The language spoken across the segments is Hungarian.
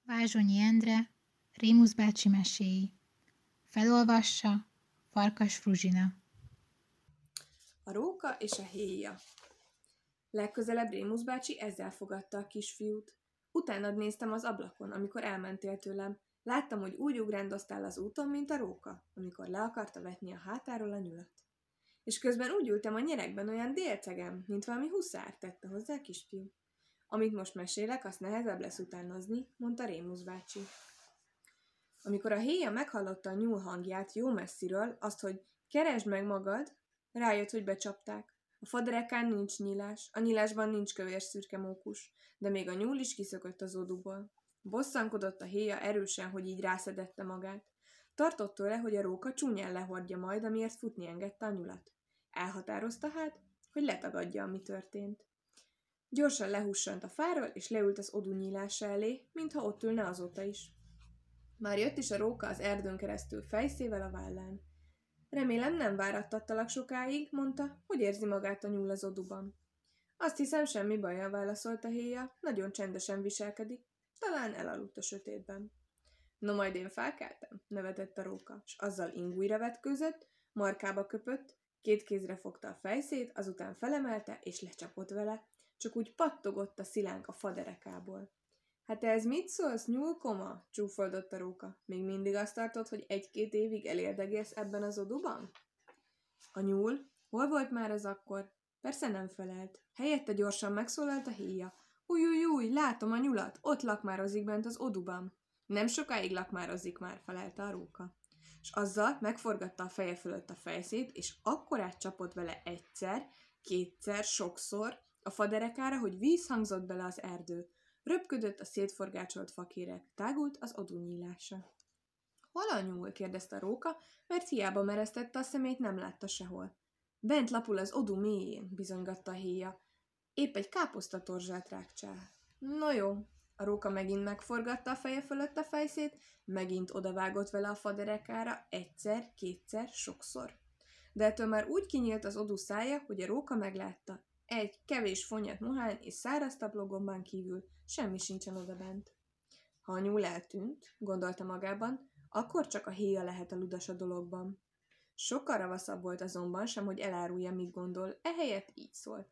Vázsonyi Endre, Rémusz bácsi meséi. Felolvassa Farkas Fruzsina. A róka és a héja. Legközelebb Rémusz bácsi ezzel fogadta a kisfiút. Utánad néztem az ablakon, amikor elmentél tőlem. Láttam, hogy úgy ugrándoztál az úton, mint a róka, amikor le akarta vetni a hátáról a nyulat. És közben úgy ültem a nyerekben olyan délcegem, mint valami huszár, tette hozzá a kisfiú. Amit most mesélek, azt nehezebb lesz utánozni, mondta Rémusz bácsi. Amikor a héja meghallotta a nyúl hangját jó messziről, azt, hogy keresd meg magad, rájött, hogy becsapták. A faderekán nincs nyílás, a nyílásban nincs kövér szürke mókus, de még a nyúl is kiszökött az oduból. Bosszankodott a héja erősen, hogy így rászedette magát. Tartott tőle, hogy a róka csúnyán lehordja majd, amiért futni engedte a nyulat. Elhatározta hát, hogy letagadja, ami történt. Gyorsan lehussant a fáról, és leült az odu nyílása elé, mintha ott ülne azóta is. Már jött is a róka az erdőn keresztül fejszével a vállán. Remélem nem várattattalak sokáig, mondta, hogy érzi magát a nyúl az oduban. Azt hiszem, semmi baja, válaszolta héja, nagyon csendesen viselkedik, talán elaludt a sötétben. No, majd én felkeltem, nevetett a róka, s azzal ingújra vetkőzött, markába köpött, két kézre fogta a fejszét, azután felemelte és lecsapott vele, csak úgy pattogott a szilánk a faderekából. Hát ez mit szólsz, nyúlkoma? Csúfoldott a róka. Még mindig azt tartod, hogy 1-2 évig elérdegélsz ebben az oduban? A nyúl? Hol volt már az akkor? Persze nem felelt. Helyette gyorsan megszólalt a héja. Új, látom a nyulat, ott lakmározik bent az oduban. Nem sokáig lakmározik már, felelte a róka. És azzal megforgatta a feje fölött a fejszét, és akkorát csapott vele egyszer, kétszer, sokszor a faderekára, hogy víz hangzott bele az erdő. Röpködött a szétforgácsolt fakéreg, tágult az odu nyílása. Hol a nyúl? Kérdezte a róka, mert hiába meresztette a szemét, nem látta sehol. Bent lapul az odu mélyén, bizonygatta a héja. Épp egy káposztatorzsát rákcsál. No jó, a róka megint megforgatta a feje fölött a fejszét, megint odavágott vele a faderekára, egyszer, kétszer, sokszor. De ettől már úgy kinyílt az odu szája, hogy a róka meglátta. Egy kevés fonyat mohán és száraz taplógombán kívül semmi sincsen odabent. Ha a nyúl eltűnt, gondolta magában, akkor csak a héja lehet a ludas a dologban. Sokkal ravaszabb volt azonban sem, hogy elárulja, mit gondol, ehelyett így szólt.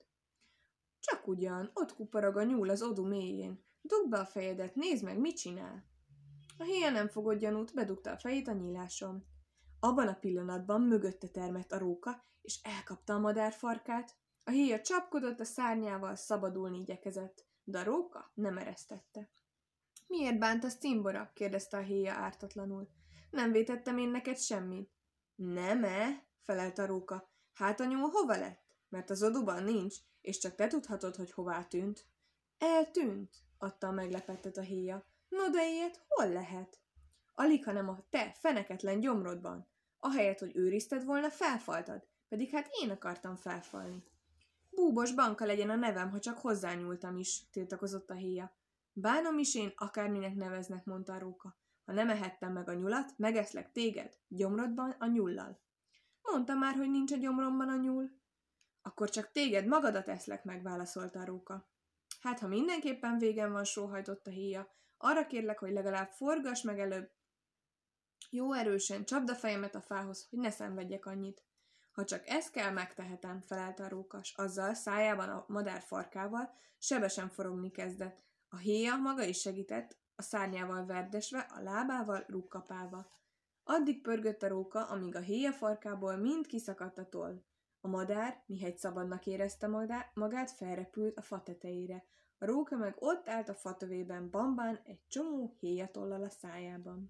Csak ugyan, ott kuporog a nyúl az odu mélyén. Dugd be a fejedet, nézd meg, mit csinál. A héja nem fogott gyanút, bedugta a fejét a nyíláson. Abban a pillanatban mögötte termett a róka, és elkapta a madár farkát. A héja csapkodott a szárnyával, szabadulni igyekezett, de a róka nem eresztette. Miért bántasz, cimbora? Kérdezte a héja ártatlanul. Nem vétettem én neked semmit. Nem-e? Felelt a róka. Hát a nyúl hova lett? Mert az oduban nincs, és csak te tudhatod, hogy hová tűnt. Eltűnt? Adta a meglepettet a héja. No de ilyet hol lehet? Alig, hanem a te feneketlen gyomrodban. Ahelyett, hogy őrizted volna, felfaltad. Pedig hát én akartam felfalni. Búbos Banka legyen a nevem, ha csak hozzányúltam is, tiltakozott a héja. Bánom is én, akárminek neveznek, mondta a róka. Ha nem ehettem meg a nyulat, megeszlek téged, gyomrodban a nyullal. Mondtam már, hogy nincs a gyomromban a nyúl. Akkor csak téged magadat eszlek meg, válaszolta a róka. Hát, ha mindenképpen végem van, sóhajtott a héja, arra kérlek, hogy legalább forgass meg előbb. Jó erősen, csapd a fejemet a fához, hogy ne szenvedjek annyit. Ha csak ezt kell, megtehetem, felelte a rókas. Azzal szájában a madár farkával sebesen forogni kezdett. A héja maga is segített, a szárnyával verdesve, a lábával rúgkapálva. Addig pörgött a róka, amíg a héja farkából mind kiszakadt a toll. A madár, mihegy szabadnak érezte magát, felrepült a fa tetejére. A róka meg ott állt a fatövében bambán egy csomó héjatollal a szájában.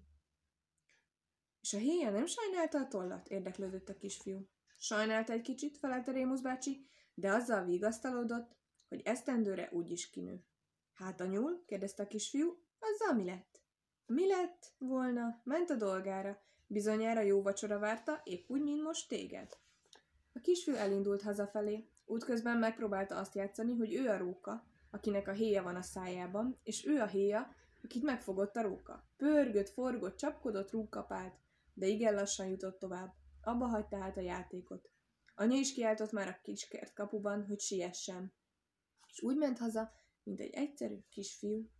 És a héja nem sajnálta a tollat? Érdeklődött a kisfiú. Sajnálta egy kicsit, felelte Rémusz bácsi, de azzal vigasztalódott, hogy esztendőre úgyis kinő. Hát a nyúl? Kérdezte a kisfiú. Azzal mi lett? Mi lett volna? Ment a dolgára. Bizonyára jó vacsora várta, épp úgy, mint most téged. A kisfiú elindult hazafelé. Útközben megpróbálta azt játszani, hogy ő a róka, akinek a héja van a szájában, és ő a héja, akit megfogott a róka. Pörgött, forgott, csapkodott, rúgkapált, de igen lassan jutott tovább. Abba hagyta hát a játékot. Anya is kiáltott már a kiskert kapuban, hogy siessen. És úgy ment haza, mint egy egyszerű kisfiú.